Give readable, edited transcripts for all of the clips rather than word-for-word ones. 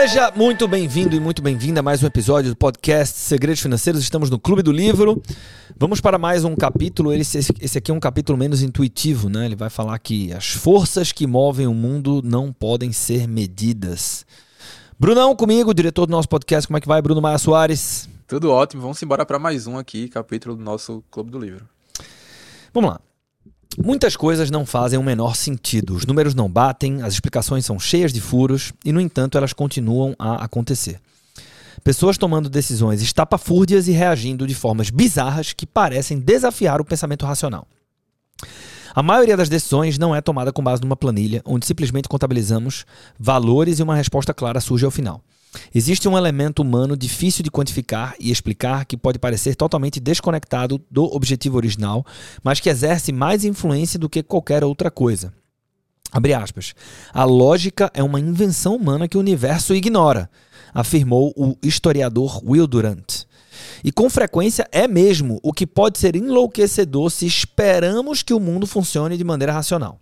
Seja muito bem-vindo e muito bem-vinda a mais um episódio do podcast Segredos Financeiros. Estamos no Clube do Livro. Vamos para mais um capítulo. Esse aqui é um capítulo menos intuitivo, né? Ele vai falar que as forças que movem o mundo não podem ser medidas. Brunão comigo, diretor do nosso podcast. Como é que vai, Bruno Maia Soares? Tudo ótimo. Vamos embora para mais um aqui, capítulo do nosso Clube do Livro. Vamos lá. Muitas coisas não fazem o menor sentido. Os números não batem, as explicações são cheias de furos e, no entanto, elas continuam a acontecer. Pessoas tomando decisões estapafúrdias e reagindo de formas bizarras que parecem desafiar o pensamento racional. A maioria das decisões não é tomada com base numa planilha, onde simplesmente contabilizamos valores e uma resposta clara surge ao final. Existe um elemento humano difícil de quantificar e explicar que pode parecer totalmente desconectado do objetivo original, mas que exerce mais influência do que qualquer outra coisa. Abre aspas. A lógica é uma invenção humana que o universo ignora, afirmou o historiador Will Durant. E com frequência é mesmo, o que pode ser enlouquecedor se esperamos que o mundo funcione de maneira racional.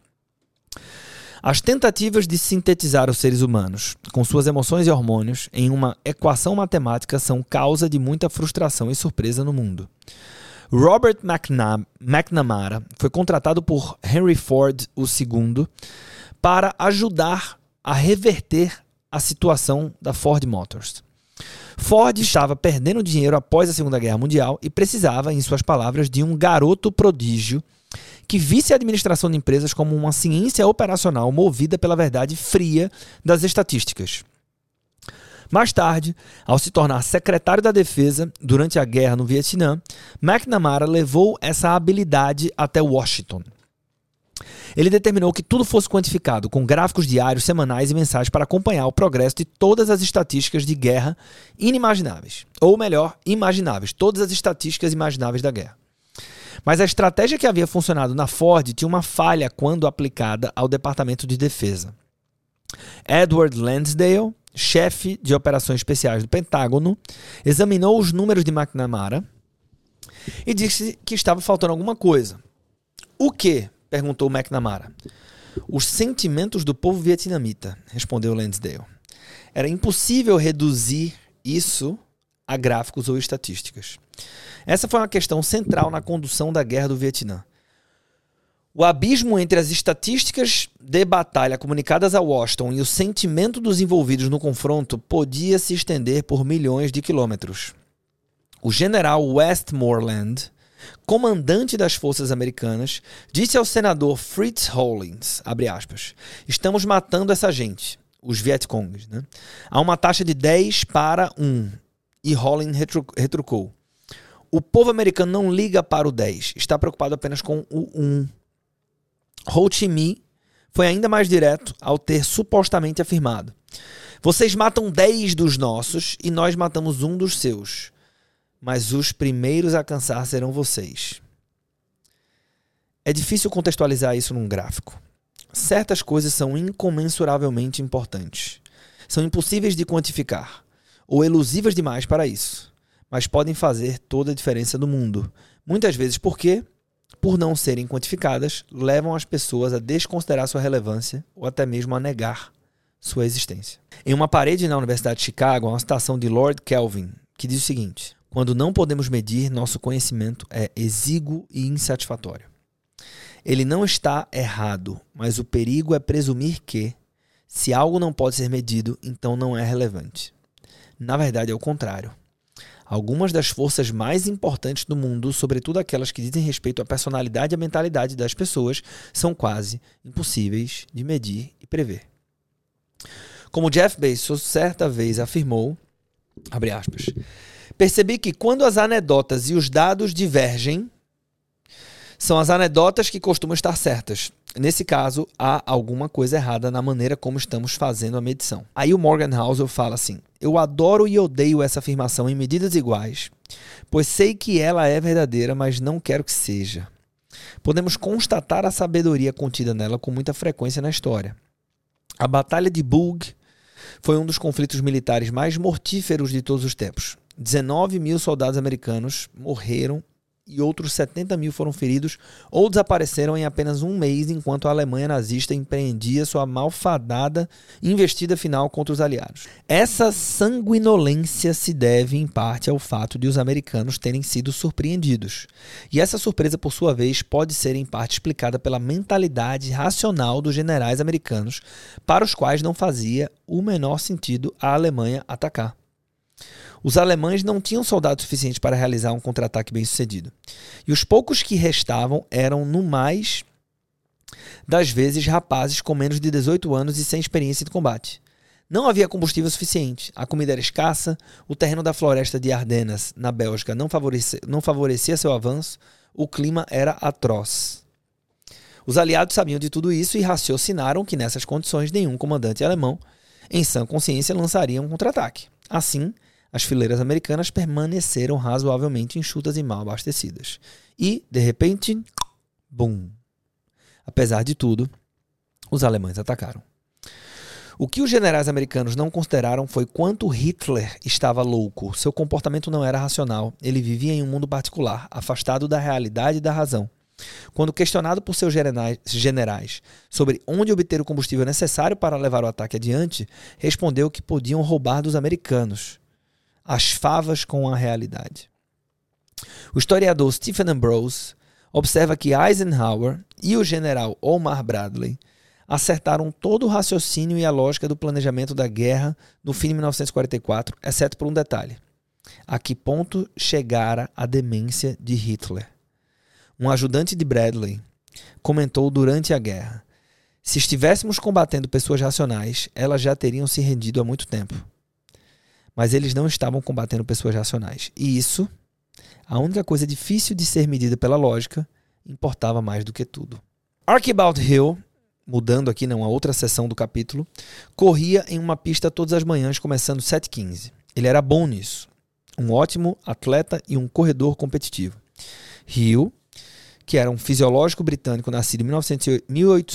As tentativas de sintetizar os seres humanos, com suas emoções e hormônios, em uma equação matemática são causa de muita frustração e surpresa no mundo. Robert McNamara foi contratado por Henry Ford II para ajudar a reverter a situação da Ford Motors. Ford estava perdendo dinheiro após a Segunda Guerra Mundial e precisava, em suas palavras, de um garoto prodígio que visse a administração de empresas como uma ciência operacional movida pela verdade fria das estatísticas. Mais tarde, ao se tornar secretário da Defesa durante a guerra no Vietnã, McNamara levou essa habilidade até Washington. Ele determinou que tudo fosse quantificado, com gráficos diários, semanais e mensais para acompanhar o progresso de todas as estatísticas de guerra inimagináveis. Ou melhor, imagináveis, todas as estatísticas imagináveis da guerra. Mas a estratégia que havia funcionado na Ford tinha uma falha quando aplicada ao Departamento de Defesa. Edward Lansdale, chefe de operações especiais do Pentágono, examinou os números de McNamara e disse que estava faltando alguma coisa. O quê? Perguntou McNamara. Os sentimentos do povo vietnamita, respondeu Lansdale. Era impossível reduzir isso a gráficos ou estatísticas. Essa foi uma questão central na condução da Guerra do Vietnã. O abismo entre as estatísticas de batalha comunicadas a Washington e o sentimento dos envolvidos no confronto podia se estender por milhões de quilômetros. O general Westmoreland, comandante das forças americanas, disse ao senador Fritz Hollins, abre aspas, estamos matando essa gente, os Vietcongs, né? Há uma taxa de 10 para 1. E Hollins retrucou. O povo americano não liga para o 10, está preocupado apenas com o 1. Ho Chi Minh foi ainda mais direto ao ter supostamente afirmado. Vocês matam 10 dos nossos e nós matamos 1 dos seus. Mas os primeiros a cansar serão vocês. É difícil contextualizar isso num gráfico. Certas coisas são incomensuravelmente importantes. São impossíveis de quantificar, ou elusivas demais para isso, mas podem fazer toda a diferença do mundo. Muitas vezes porque, por não serem quantificadas, levam as pessoas a desconsiderar sua relevância ou até mesmo a negar sua existência. Em uma parede na Universidade de Chicago, há uma citação de Lord Kelvin, que diz o seguinte: quando não podemos medir, nosso conhecimento é exíguo e insatisfatório. Ele não está errado, mas o perigo é presumir que, se algo não pode ser medido, então não é relevante. Na verdade, é o contrário. Algumas das forças mais importantes do mundo, sobretudo aquelas que dizem respeito à personalidade e à mentalidade das pessoas, são quase impossíveis de medir e prever. Como Jeff Bezos certa vez afirmou, abre aspas, percebi que quando as anedotas e os dados divergem, são as anedotas que costumam estar certas. Nesse caso, há alguma coisa errada na maneira como estamos fazendo a medição. Aí o Morgan Housel fala assim, eu adoro e odeio essa afirmação em medidas iguais, pois sei que ela é verdadeira, mas não quero que seja. Podemos constatar a sabedoria contida nela com muita frequência na história. A Batalha de Bulge foi um dos conflitos militares mais mortíferos de todos os tempos. 19 mil soldados americanos morreram e outros 70 mil foram feridos ou desapareceram em apenas um mês, enquanto a Alemanha nazista empreendia sua malfadada investida final contra os aliados. Essa sanguinolência se deve, em parte, ao fato de os americanos terem sido surpreendidos. E essa surpresa, por sua vez, pode ser, em parte, explicada pela mentalidade racional dos generais americanos, para os quais não fazia o menor sentido a Alemanha atacar. Os alemães não tinham soldados suficientes para realizar um contra-ataque bem-sucedido. E os poucos que restavam eram, no mais das vezes, rapazes com menos de 18 anos e sem experiência de combate. Não havia combustível suficiente, a comida era escassa, o terreno da floresta de Ardenas, na Bélgica, não favorecia seu avanço, o clima era atroz. Os aliados sabiam de tudo isso e raciocinaram que, nessas condições, nenhum comandante alemão, em sã consciência, lançaria um contra-ataque. Assim, as fileiras americanas permaneceram razoavelmente enxutas e mal abastecidas. E, de repente, bum! Apesar de tudo, os alemães atacaram. O que os generais americanos não consideraram foi quanto Hitler estava louco. Seu comportamento não era racional. Ele vivia em um mundo particular, afastado da realidade e da razão. Quando questionado por seus generais sobre onde obter o combustível necessário para levar o ataque adiante, respondeu que podiam roubar dos americanos. As favas com a realidade. O historiador Stephen Ambrose observa que Eisenhower e o general Omar Bradley acertaram todo o raciocínio e a lógica do planejamento da guerra no fim de 1944, exceto por um detalhe. A que ponto chegara a demência de Hitler? Um ajudante de Bradley comentou durante a guerra: se estivéssemos combatendo pessoas racionais, elas já teriam se rendido há muito tempo. Mas eles não estavam combatendo pessoas racionais. E isso, a única coisa difícil de ser medida pela lógica, importava mais do que tudo. Archibald Hill, mudando aqui numa outra seção do capítulo, corria em uma pista todas as manhãs, começando 7h15. Ele era bom nisso. Um ótimo atleta e um corredor competitivo. Hill, que era um fisiológico britânico nascido em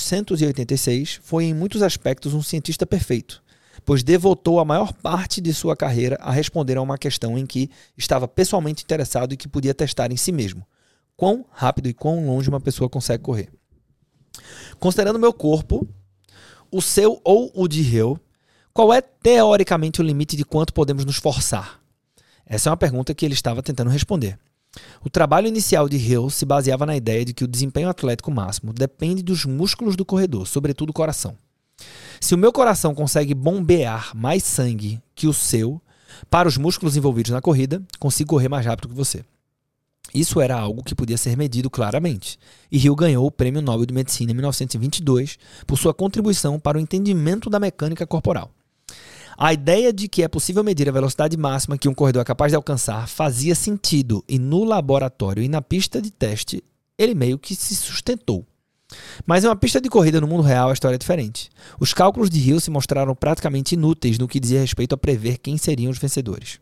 1886, foi em muitos aspectos um cientista perfeito, pois devotou a maior parte de sua carreira a responder a uma questão em que estava pessoalmente interessado e que podia testar em si mesmo: quão rápido e quão longe uma pessoa consegue correr. Considerando meu corpo, o seu ou o de Hill, qual é teoricamente o limite de quanto podemos nos forçar? Essa é uma pergunta que ele estava tentando responder. O trabalho inicial de Hill se baseava na ideia de que o desempenho atlético máximo depende dos músculos do corredor, sobretudo o coração. Se o meu coração consegue bombear mais sangue que o seu para os músculos envolvidos na corrida, consigo correr mais rápido que você. Isso era algo que podia ser medido claramente. E Hill ganhou o Prêmio Nobel de Medicina em 1922 por sua contribuição para o entendimento da mecânica corporal. A ideia de que é possível medir a velocidade máxima que um corredor é capaz de alcançar fazia sentido, e no laboratório e na pista de teste ele meio que se sustentou. Mas em uma pista de corrida no mundo real a história é diferente. Os cálculos de Hill se mostraram praticamente inúteis no que dizia respeito a prever quem seriam os vencedores.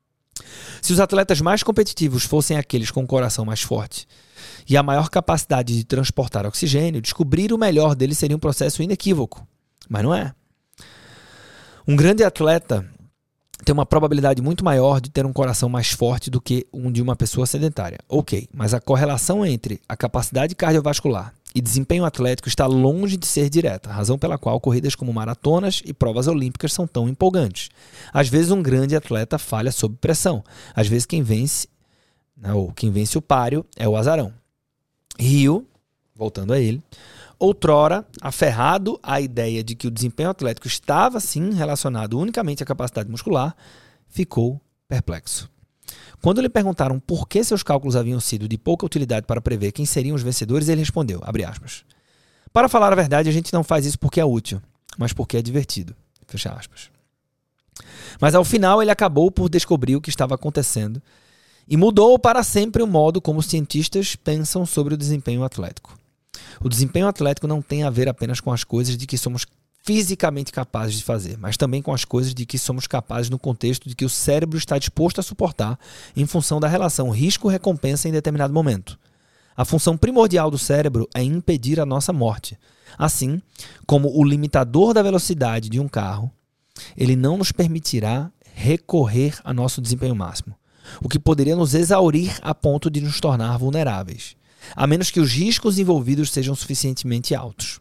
Se os atletas mais competitivos fossem aqueles com o coração mais forte e a maior capacidade de transportar oxigênio, descobrir o melhor deles seria um processo inequívoco. Mas não é. Um grande atleta tem uma probabilidade muito maior de ter um coração mais forte do que um de uma pessoa sedentária. Ok, mas a correlação entre a capacidade cardiovascular e desempenho atlético está longe de ser direta, razão pela qual corridas como maratonas e provas olímpicas são tão empolgantes. Às vezes um grande atleta falha sob pressão. Às vezes quem vence o páreo é o azarão. Hill, voltando a ele, outrora aferrado à ideia de que o desempenho atlético estava sim relacionado unicamente à capacidade muscular, ficou perplexo. Quando lhe perguntaram por que seus cálculos haviam sido de pouca utilidade para prever quem seriam os vencedores, ele respondeu, abre aspas, para falar a verdade, a gente não faz isso porque é útil, mas porque é divertido, fecha aspas. Mas ao final ele acabou por descobrir o que estava acontecendo e mudou para sempre o modo como os cientistas pensam sobre o desempenho atlético. O desempenho atlético não tem a ver apenas com as coisas de que somos fisicamente capazes de fazer, mas também com as coisas de que somos capazes no contexto de que o cérebro está disposto a suportar em função da relação risco-recompensa em determinado momento. A função primordial do cérebro é impedir a nossa morte. Assim, como o limitador da velocidade de um carro, ele não nos permitirá recorrer a nosso desempenho máximo. o que poderia nos exaurir a ponto de nos tornar vulneráveis, a menos que os riscos envolvidos sejam suficientemente altos.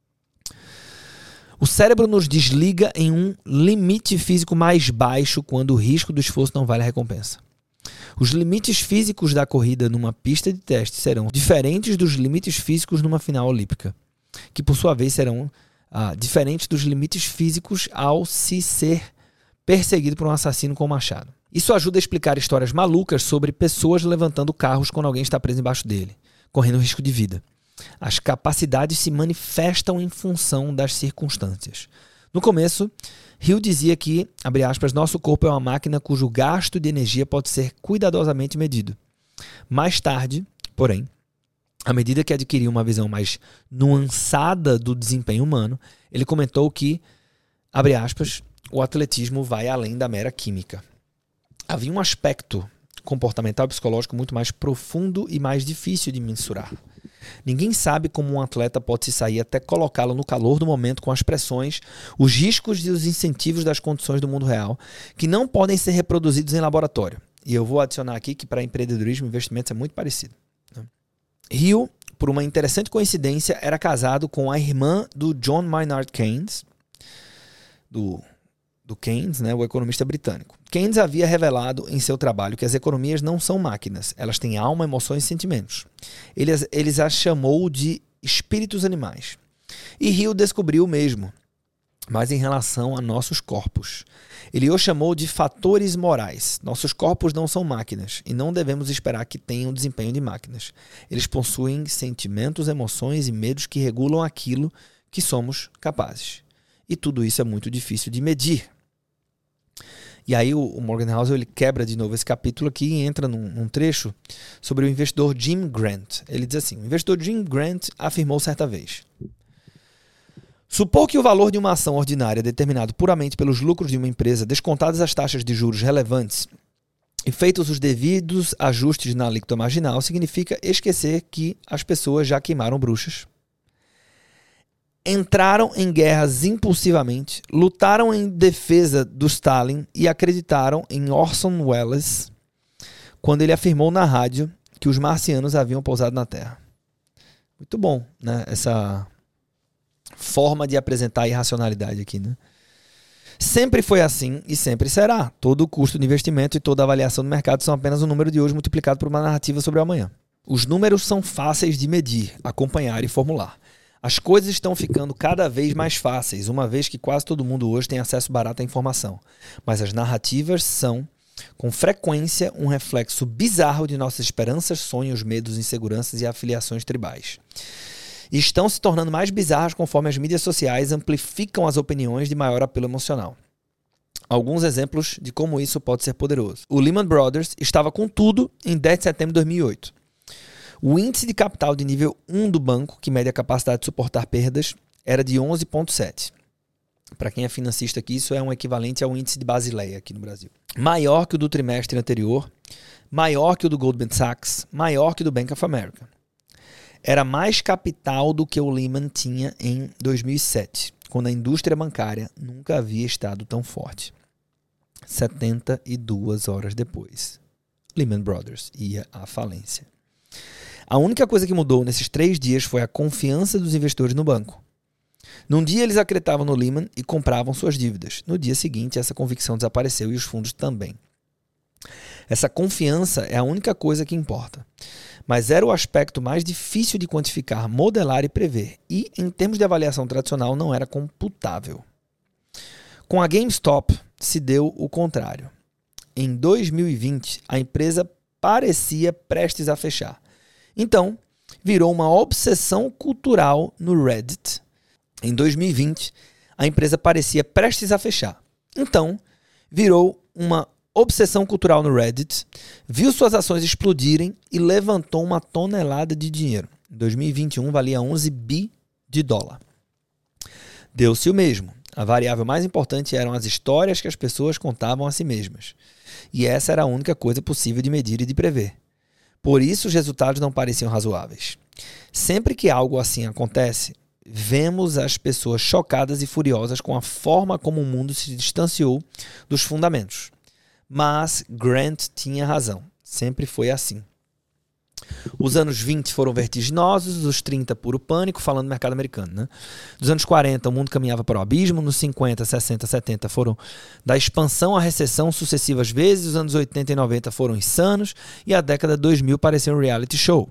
O cérebro nos desliga em um limite físico mais baixo quando o risco do esforço não vale a recompensa. Os limites físicos da corrida numa pista de teste serão diferentes dos limites físicos numa final olímpica, que por sua vez serão diferentes dos limites físicos ao se ser perseguido por um assassino com um machado. Isso ajuda a explicar histórias malucas sobre pessoas levantando carros quando alguém está preso embaixo dele, correndo risco de vida. As capacidades se manifestam em função das circunstâncias. No começo, Hill dizia que, abre aspas, nosso corpo é uma máquina cujo gasto de energia pode ser cuidadosamente medido. Mais tarde, porém, à medida que adquiriu uma visão mais nuançada do desempenho humano, ele comentou que, abre aspas, o atletismo vai além da mera química. Havia um aspecto comportamental e psicológico muito mais profundo e mais difícil de mensurar. Ninguém sabe como um atleta pode se sair até colocá-lo no calor do momento com as pressões, os riscos e os incentivos das condições do mundo real, que não podem ser reproduzidos em laboratório. E eu vou adicionar aqui que para empreendedorismo e investimentos é muito parecido. Hill, por uma interessante coincidência, era casado com a irmã do John Maynard Keynes, do Keynes, né, o economista britânico. Keynes havia revelado em seu trabalho que as economias não são máquinas, elas têm alma, emoções e sentimentos. Ele as chamou de espíritos animais. E Hill descobriu o mesmo, mas em relação a nossos corpos. Ele os chamou de fatores morais. Nossos corpos não são máquinas e não devemos esperar que tenham desempenho de máquinas. Eles possuem sentimentos, emoções e medos que regulam aquilo que somos capazes. E tudo isso é muito difícil de medir. E aí o Morgan Housel ele quebra de novo esse capítulo aqui e entra num trecho sobre o investidor Jim Grant. Ele diz assim, o investidor Jim Grant afirmou certa vez: supor que o valor de uma ação ordinária determinado puramente pelos lucros de uma empresa, descontadas as taxas de juros relevantes e feitos os devidos ajustes na alíquota marginal, significa esquecer que as pessoas já queimaram bruxas, entraram em guerras impulsivamente, lutaram em defesa do Stalin e acreditaram em Orson Welles quando ele afirmou na rádio que os marcianos haviam pousado na Terra. Muito bom, né? Essa forma de apresentar a irracionalidade aqui, né? Sempre foi assim e sempre será. Todo o custo de investimento e toda avaliação do mercado são apenas um número de hoje multiplicado por uma narrativa sobre o amanhã. Os números são fáceis de medir, acompanhar e formular. As coisas estão ficando cada vez mais fáceis, uma vez que quase todo mundo hoje tem acesso barato à informação. Mas as narrativas são, com frequência, um reflexo bizarro de nossas esperanças, sonhos, medos, inseguranças e afiliações tribais. E estão se tornando mais bizarras conforme as mídias sociais amplificam as opiniões de maior apelo emocional. Alguns exemplos de como isso pode ser poderoso. O Lehman Brothers estava com tudo em 10 de setembro de 2008. O índice de capital de nível 1 do banco, que mede a capacidade de suportar perdas, era de 11,7. Para quem é financista aqui, isso é um equivalente ao índice de Basileia aqui no Brasil. Maior que o do trimestre anterior, maior que o do Goldman Sachs, maior que o do Bank of America. Era mais capital do que o Lehman tinha em 2007, quando a indústria bancária nunca havia estado tão forte. 72 horas depois, Lehman Brothers ia à falência. A única coisa que mudou nesses 3 dias foi a confiança dos investidores no banco. Num dia eles acreditavam no Lehman e compravam suas dívidas. No dia seguinte essa convicção desapareceu e os fundos também. Essa confiança é a única coisa que importa. Mas era o aspecto mais difícil de quantificar, modelar e prever. E, em termos de avaliação tradicional, não era computável. Com a GameStop, se deu o contrário. Em 2020, a empresa parecia prestes a fechar. Então, virou uma obsessão cultural no Reddit. Em 2020, a empresa parecia prestes a fechar. Então, virou uma obsessão cultural no Reddit, viu suas ações explodirem e levantou uma tonelada de dinheiro. Em 2021, valia 11 bi de dólar. Deu-se o mesmo. A variável mais importante eram as histórias que as pessoas contavam a si mesmas. E essa era a única coisa possível de medir e de prever. Por isso, os resultados não pareciam razoáveis. Sempre que algo assim acontece, vemos as pessoas chocadas e furiosas com a forma como o mundo se distanciou dos fundamentos. Mas Grant tinha razão. Sempre foi assim. Os anos 20 foram vertiginosos, os 30 puro pânico, falando do mercado americano, né? Dos anos 40 o mundo caminhava para o abismo, nos 50, 60, 70 foram da expansão à recessão sucessivas vezes, os anos 80 e 90 foram insanos e a década de 2000 pareceu um reality show.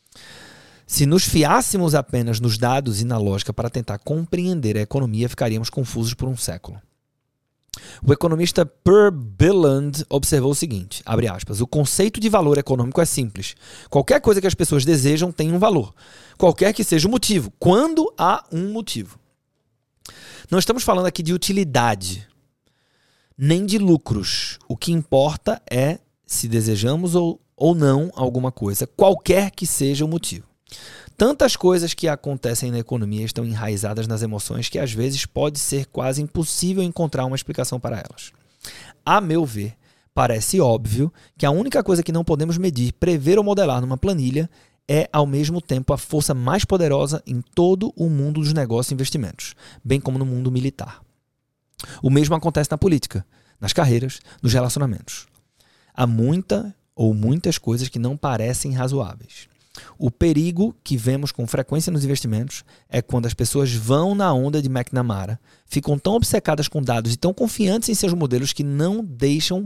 Se nos fiássemos apenas nos dados e na lógica para tentar compreender a economia, ficaríamos confusos por um século. O economista Per Bylund observou o seguinte, abre aspas, o conceito de valor econômico é simples. Qualquer coisa que as pessoas desejam tem um valor. Qualquer que seja o motivo. Quando há um motivo. Não estamos falando aqui de utilidade, nem de lucros. O que importa é se desejamos ou não alguma coisa, qualquer que seja o motivo. Tantas coisas que acontecem na economia estão enraizadas nas emoções que às vezes pode ser quase impossível encontrar uma explicação para elas. A meu ver, parece óbvio que a única coisa que não podemos medir, prever ou modelar numa planilha é, ao mesmo tempo, a força mais poderosa em todo o mundo dos negócios e investimentos, bem como no mundo militar. O mesmo acontece na política, nas carreiras, nos relacionamentos. Há muitas coisas que não parecem razoáveis. O perigo que vemos com frequência nos investimentos é quando as pessoas vão na onda de McNamara, ficam tão obcecadas com dados e tão confiantes em seus modelos que não deixam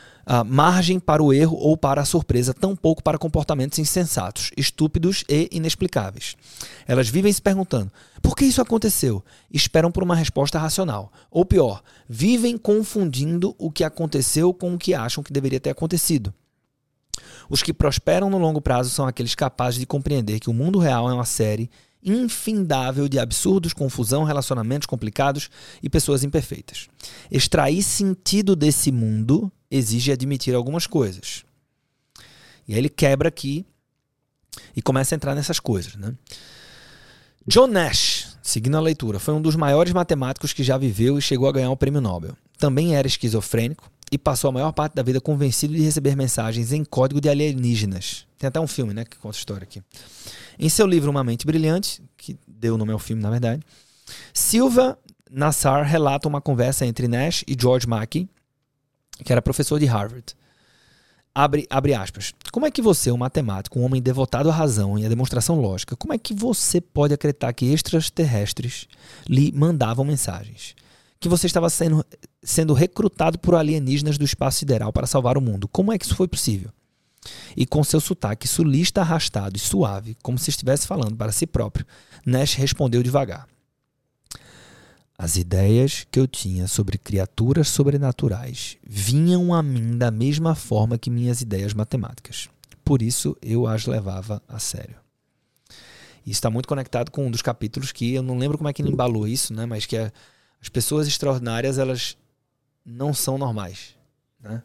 margem para o erro ou para a surpresa, tampouco para comportamentos insensatos, estúpidos e inexplicáveis. Elas vivem se perguntando, por que isso aconteceu? E esperam por uma resposta racional. Ou pior, vivem confundindo o que aconteceu com o que acham que deveria ter acontecido. Os que prosperam no longo prazo são aqueles capazes de compreender que o mundo real é uma série infindável de absurdos, confusão, relacionamentos complicados e pessoas imperfeitas. Extrair sentido desse mundo exige admitir algumas coisas. E aí ele quebra aqui e começa a entrar nessas coisas, né? John Nash, seguindo a leitura, foi um dos maiores matemáticos que já viveu e chegou a ganhar o prêmio Nobel. Também era esquizofrênico e passou a maior parte da vida convencido de receber mensagens em código de alienígenas. Tem até um filme, né, que conta a história aqui. Em seu livro Uma Mente Brilhante, que deu o nome ao filme, na verdade, Silva Nassar relata uma conversa entre Nash e George Mackey, que era professor de Harvard. Abre aspas. Como é que você, um matemático, um homem devotado à razão e à demonstração lógica, como é que você pode acreditar que extraterrestres lhe mandavam mensagens? Que você estava sendo recrutado por alienígenas do espaço sideral para salvar o mundo. Como é que isso foi possível? E com seu sotaque sulista arrastado e suave, como se estivesse falando para si próprio, Nash respondeu devagar. As ideias que eu tinha sobre criaturas sobrenaturais vinham a mim da mesma forma que minhas ideias matemáticas. Por isso eu as levava a sério. Isso está muito conectado com um dos capítulos que eu não lembro como é que ele embalou isso, né? Mas que as pessoas extraordinárias, elas não são normais, né?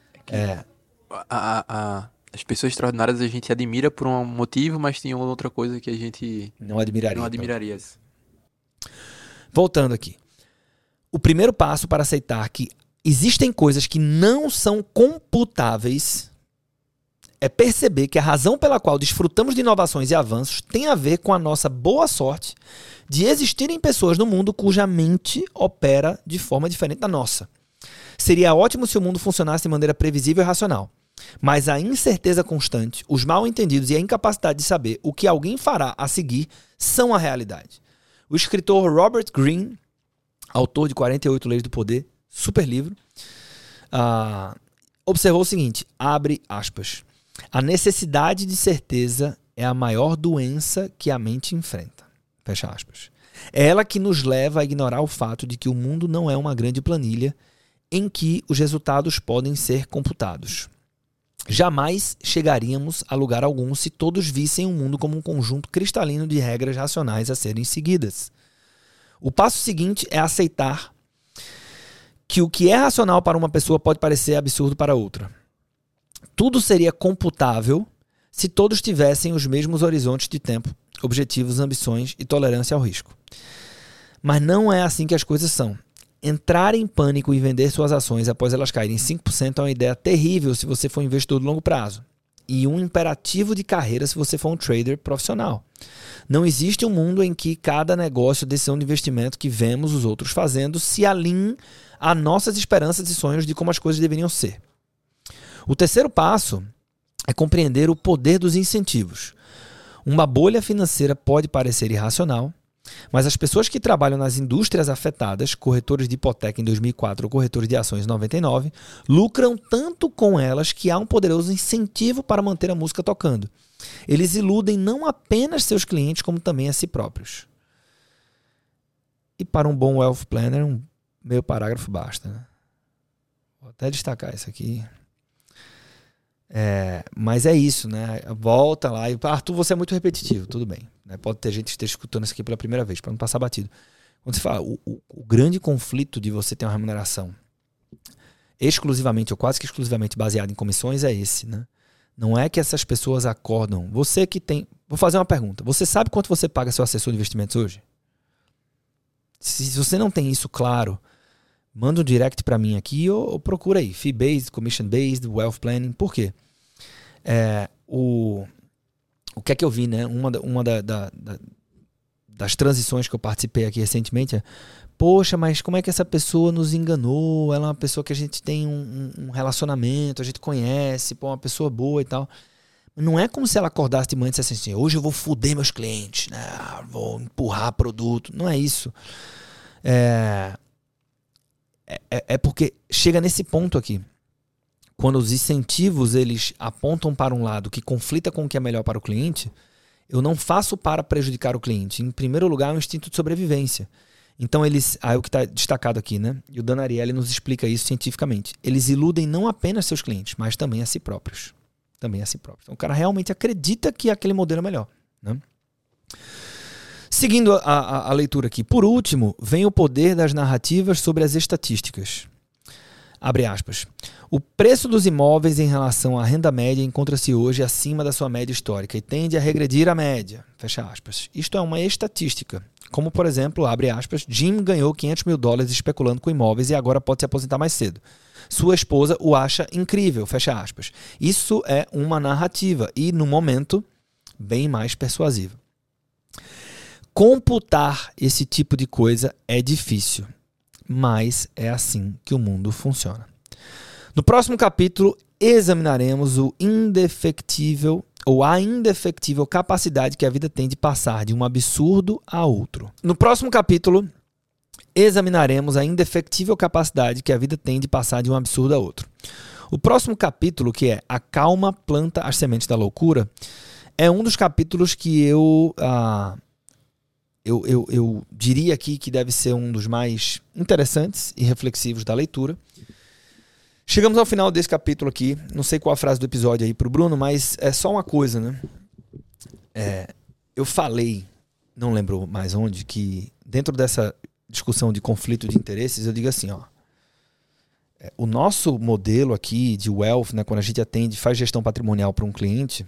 As pessoas extraordinárias a gente admira por um motivo, mas tem outra coisa que a gente não admiraria. Não admiraria. Voltando aqui. O primeiro passo para aceitar que existem coisas que não são computáveis é perceber que a razão pela qual desfrutamos de inovações e avanços tem a ver com a nossa boa sorte de existirem pessoas no mundo cuja mente opera de forma diferente da nossa. Seria ótimo se o mundo funcionasse de maneira previsível e racional. Mas a incerteza constante, os mal-entendidos e a incapacidade de saber o que alguém fará a seguir são a realidade. O escritor Robert Greene, autor de 48 Leis do Poder, super livro, observou o seguinte, abre aspas, a necessidade de certeza é a maior doença que a mente enfrenta. Fecha aspas. É ela que nos leva a ignorar o fato de que o mundo não é uma grande planilha em que os resultados podem ser computados. Jamais chegaríamos a lugar algum se todos vissem o mundo como um conjunto cristalino de regras racionais a serem seguidas. O passo seguinte é aceitar que o que é racional para uma pessoa pode parecer absurdo para outra. Tudo seria computável se todos tivessem os mesmos horizontes de tempo, objetivos, ambições e tolerância ao risco. Mas não é assim que as coisas são. Entrar em pânico e vender suas ações após elas caírem 5% é uma ideia terrível se você for investidor de longo prazo. E um imperativo de carreira se você for um trader profissional. Não existe um mundo em que cada negócio, decisão de investimento que vemos os outros fazendo se alinhe a nossas esperanças e sonhos de como as coisas deveriam ser. O terceiro passo é compreender o poder dos incentivos. Uma bolha financeira pode parecer irracional, mas as pessoas que trabalham nas indústrias afetadas, corretores de hipoteca em 2004 ou corretores de ações em 99, lucram tanto com elas que há um poderoso incentivo para manter a música tocando. Eles iludem não apenas seus clientes, como também a si próprios. E para um bom wealth planner, um meio parágrafo basta, né? Vou até destacar isso aqui. Mas é isso, né? Volta lá e Arthur, você é muito repetitivo, tudo bem, né? Pode ter gente que esteja escutando isso aqui pela primeira vez, para não passar batido. Quando você fala, o grande conflito de você ter uma remuneração exclusivamente ou quase que exclusivamente baseada em comissões é esse, né? Não é que essas pessoas acordam. Você que tem... Vou fazer uma pergunta. Você sabe quanto você paga seu assessor de investimentos hoje? Se você não tem isso claro, manda um direct para mim aqui ou procura aí. Fee-based, commission-based, wealth planning. Por quê? O que é que eu vi, né? Uma das transições que eu participei aqui recentemente é: poxa, mas como é que essa pessoa nos enganou? Ela é uma pessoa que a gente tem um relacionamento, a gente conhece, pô, uma pessoa boa e tal. Não é como se ela acordasse de manhã e dissesse assim: hoje eu vou foder meus clientes, né? Vou empurrar produto. Não é isso. É porque chega nesse ponto aqui. Quando os incentivos eles apontam para um lado que conflita com o que é melhor para o cliente, eu não faço para prejudicar o cliente. Em primeiro lugar, é um instinto de sobrevivência. Então eles... é o que está destacado aqui, né? E o Dan Ariely nos explica isso cientificamente. Eles iludem não apenas seus clientes, mas também a si próprios. Também a si próprios. Então o cara realmente acredita que aquele modelo é melhor, né? Seguindo a leitura aqui. Por último, vem o poder das narrativas sobre as estatísticas. Abre aspas. O preço dos imóveis em relação à renda média encontra-se hoje acima da sua média histórica e tende a regredir à média. Fecha aspas. Isto é uma estatística. Como, por exemplo, abre aspas, Jim ganhou $500 mil especulando com imóveis e agora pode se aposentar mais cedo. Sua esposa o acha incrível. Fecha aspas. Isso é uma narrativa e, no momento, bem mais persuasiva. Computar esse tipo de coisa é difícil, mas é assim que o mundo funciona. No próximo capítulo, examinaremos o indefectível ou a indefectível capacidade que a vida tem de passar de um absurdo a outro. No próximo capítulo, examinaremos a indefectível capacidade que a vida tem de passar de um absurdo a outro. O próximo capítulo, que é A Calma Planta as Sementes da Loucura, é um dos capítulos que eu diria aqui que deve ser um dos mais interessantes e reflexivos da leitura. Chegamos ao final desse capítulo aqui. Não sei qual a frase do episódio aí pro Bruno, mas é só uma coisa, né? Eu falei, não lembro mais onde, que dentro dessa discussão de conflito de interesses, eu digo assim, ó. O nosso modelo aqui de wealth, né, quando a gente faz gestão patrimonial para um cliente,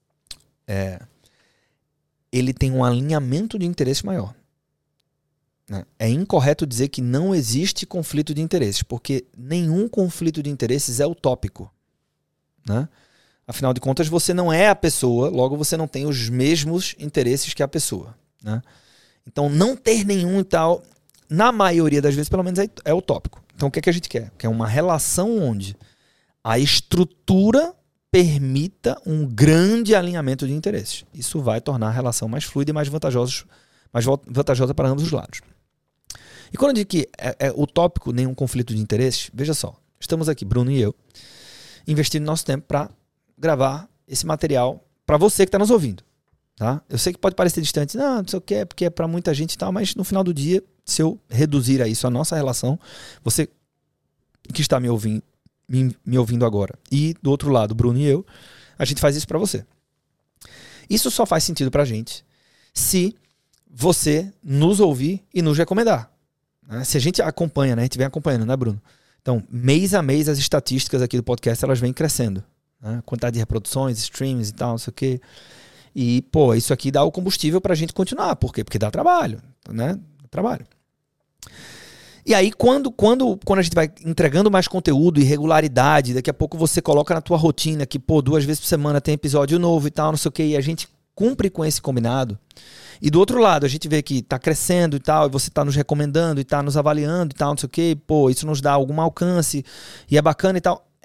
ele tem um alinhamento de interesse maior. É incorreto dizer que não existe conflito de interesses, porque nenhum conflito de interesses é utópico, né? Afinal de contas, você não é a pessoa, logo você não tem os mesmos interesses que a pessoa, né? Então, não ter nenhum e tal, na maioria das vezes, pelo menos, é utópico. Então, o que é que a gente quer? Quer uma relação onde a estrutura permita um grande alinhamento de interesses. Isso vai tornar a relação mais fluida e mais vantajosa para ambos os lados. E quando eu digo que é utópico nenhum conflito de interesses, veja só, estamos aqui, Bruno e eu, investindo nosso tempo para gravar esse material para você que está nos ouvindo. Tá? Eu sei que pode parecer distante, não sei o que, porque é para muita gente e tal, mas no final do dia, se eu reduzir a isso a nossa relação, você que está me ouvindo agora, e do outro lado, Bruno e eu, a gente faz isso para você. Isso só faz sentido para a gente se você nos ouvir e nos recomendar. Se a gente acompanha, né? A gente vem acompanhando, né, Bruno? Então, mês a mês, as estatísticas aqui do podcast, elas vêm crescendo, né? Quantidade de reproduções, streams e tal, não sei o quê. E, pô, isso aqui dá o combustível pra gente continuar. Por quê? Porque dá trabalho, né? Dá trabalho. E aí, quando a gente vai entregando mais conteúdo e regularidade, daqui a pouco você coloca na tua rotina que, pô, 2 vezes por semana tem episódio novo e tal, não sei o quê, e a gente cumpre com esse combinado. E do outro lado, a gente vê que tá crescendo e tal, e você tá nos recomendando e tá nos avaliando e tal, não sei o quê, pô, isso nos dá algum alcance e é bacana e tal.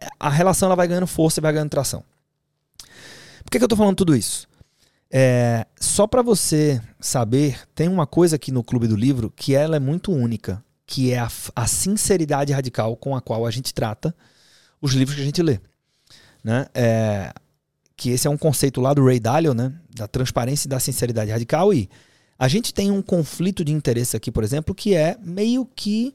a relação ela vai ganhando força e vai ganhando tração. Por que eu tô falando tudo isso? Só para você saber, tem uma coisa aqui no Clube do Livro que ela é muito única, que é a sinceridade radical com a qual a gente trata os livros que a gente lê. Né? Que esse é um conceito lá do Ray Dalio, né? Da transparência e da sinceridade radical. E a gente tem um conflito de interesse aqui, por exemplo, que é meio que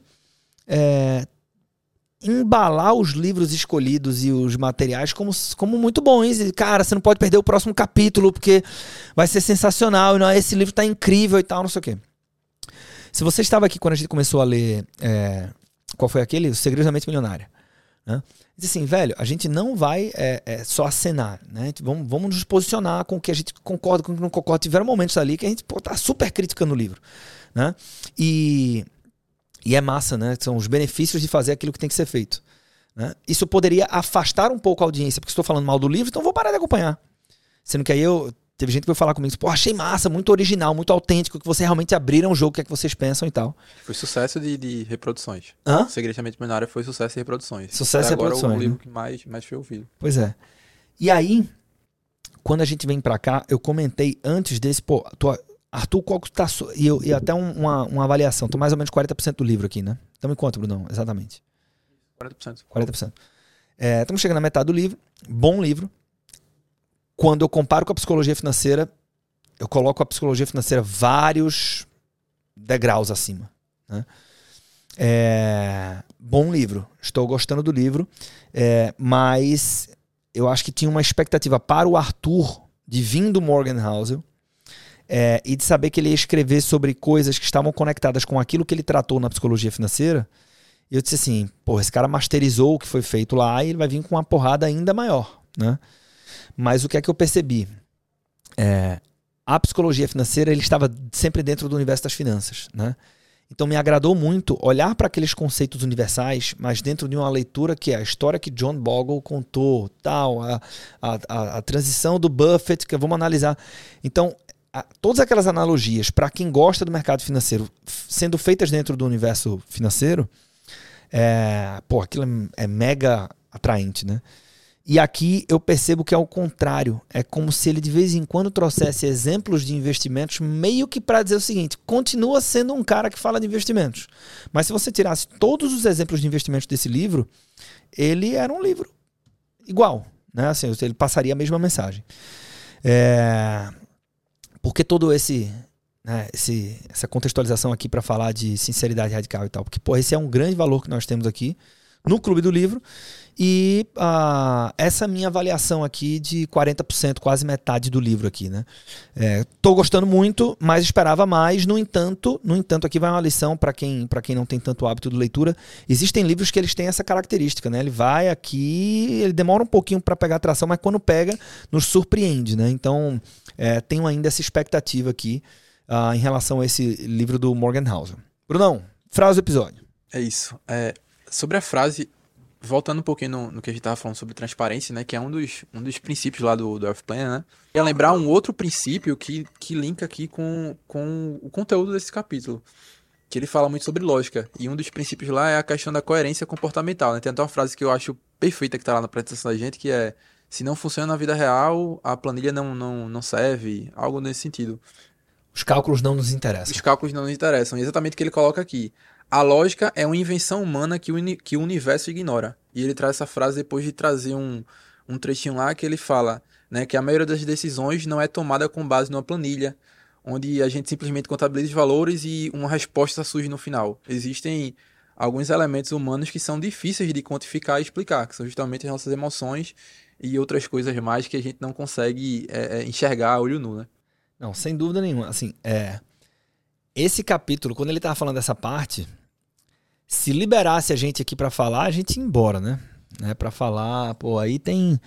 embalar os livros escolhidos e os materiais como muito bons. E, cara, você não pode perder o próximo capítulo porque vai ser sensacional. E não, esse livro tá incrível e tal, não sei o quê. Se você estava aqui quando a gente começou a ler... qual foi aquele? O Segredos da Mente Milionária. Né? Diz assim, velho, a gente não vai só acenar, né? Vamos nos posicionar com o que a gente concorda, com o que não concorda. Tiveram momentos ali que a gente tá super criticando o livro. Né? E é massa, né? São os benefícios de fazer aquilo que tem que ser feito. Né? Isso poderia afastar um pouco a audiência, porque estou falando mal do livro, então vou parar de acompanhar. Sendo que aí teve gente que veio falar comigo, pô, achei massa, muito original, muito autêntico, que vocês realmente abriram o jogo, o que é que vocês pensam e tal. Foi sucesso de reproduções. Hã? O Segredos da Mente Milionária foi sucesso de reproduções. Sucesso de reproduções. Agora o livro que mais foi ouvido. Pois é. E aí, quando a gente vem pra cá, eu comentei antes desse, pô, Arthur, qual que tá... E até uma avaliação, tô mais ou menos 40% do livro aqui, né? Então me conta, Brunão, exatamente. 40%. 40%. Estamos chegando na metade do livro, bom livro. Quando eu comparo com a psicologia financeira, eu coloco a psicologia financeira vários degraus acima. Né? Bom livro. Estou gostando do livro. Mas eu acho que tinha uma expectativa para o Arthur de vir do Morgan Housel e de saber que ele ia escrever sobre coisas que estavam conectadas com aquilo que ele tratou na psicologia financeira. E eu disse assim, pô, esse cara masterizou o que foi feito lá e ele vai vir com uma porrada ainda maior, né? Mas o que é que eu percebi? A psicologia financeira ele estava sempre dentro do universo das finanças, né? Então me agradou muito olhar para aqueles conceitos universais, mas dentro de uma leitura que é a história que John Bogle contou, tal, a transição do Buffett, que vamos analisar. Então, todas aquelas analogias, para quem gosta do mercado financeiro, sendo feitas dentro do universo financeiro, aquilo é mega atraente, né? E aqui eu percebo que é o contrário. É como se ele de vez em quando trouxesse exemplos de investimentos meio que para dizer o seguinte, continua sendo um cara que fala de investimentos. Mas se você tirasse todos os exemplos de investimentos desse livro, ele era um livro igual. Né? Assim, ele passaria a mesma mensagem. Por que todo essa contextualização aqui para falar de sinceridade radical e tal? Porque esse é um grande valor que nós temos aqui no Clube do Livro. E essa minha avaliação aqui de 40%, quase metade do livro aqui, né? Tô gostando muito, mas esperava mais. No entanto, aqui vai uma lição para quem não tem tanto hábito de leitura. Existem livros que eles têm essa característica, né? Ele vai aqui, ele demora um pouquinho para pegar atração, mas quando pega, nos surpreende, né? Então, tenho ainda essa expectativa aqui em relação a esse livro do Morgan Housel. Brunão, frase do episódio. É isso. Sobre a frase... Voltando um pouquinho no que a gente estava falando sobre transparência, né? Que é um dos princípios lá do Wealth Planner, né? E lembrar um outro princípio que linka aqui com o conteúdo desse capítulo. Que ele fala muito sobre lógica. E um dos princípios lá é a questão da coerência comportamental, né? Tem até uma frase que eu acho perfeita que está lá na apresentação da gente, que é: se não funciona na vida real, a planilha não serve. Algo nesse sentido. Os cálculos não nos interessam. Os cálculos não nos interessam. Exatamente o que ele coloca aqui. A lógica é uma invenção humana que o universo ignora. E ele traz essa frase depois de trazer um trechinho lá que ele fala, né, que a maioria das decisões não é tomada com base numa planilha, onde a gente simplesmente contabiliza os valores e uma resposta surge no final. Existem alguns elementos humanos que são difíceis de quantificar e explicar, que são justamente as nossas emoções e outras coisas mais que a gente não consegue enxergar a olho nu, né? Não, sem dúvida nenhuma. Assim, esse capítulo, quando ele estava falando dessa parte, se liberasse a gente aqui para falar, a gente ia embora, né? Para falar, aí tem...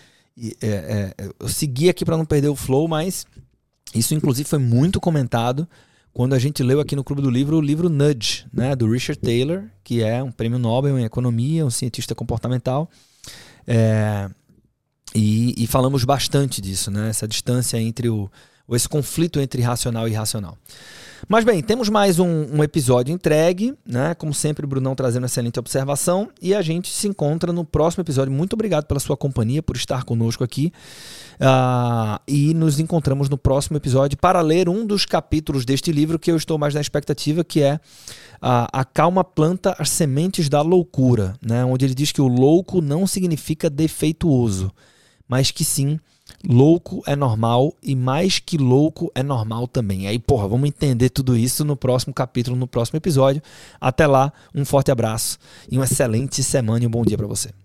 eu segui aqui para não perder o flow, mas isso inclusive foi muito comentado quando a gente leu aqui no Clube do Livro o livro Nudge, né? Do Richard Taylor, que é um prêmio Nobel em economia, um cientista comportamental. E falamos bastante disso, né? Essa distância entre o ou esse conflito entre racional e irracional. Mas bem, temos mais um episódio entregue, né? Como sempre, o Brunão trazendo excelente observação, e a gente se encontra no próximo episódio. Muito obrigado pela sua companhia, por estar conosco aqui, e nos encontramos no próximo episódio para ler um dos capítulos deste livro que eu estou mais na expectativa, que é A Calma Planta as Sementes da Loucura, né? Onde ele diz que o louco não significa defeituoso, mas que sim, louco é normal, e mais que louco é normal também. Aí, vamos entender tudo isso no próximo capítulo, no próximo episódio. Até lá, um forte abraço e uma excelente semana e um bom dia para você.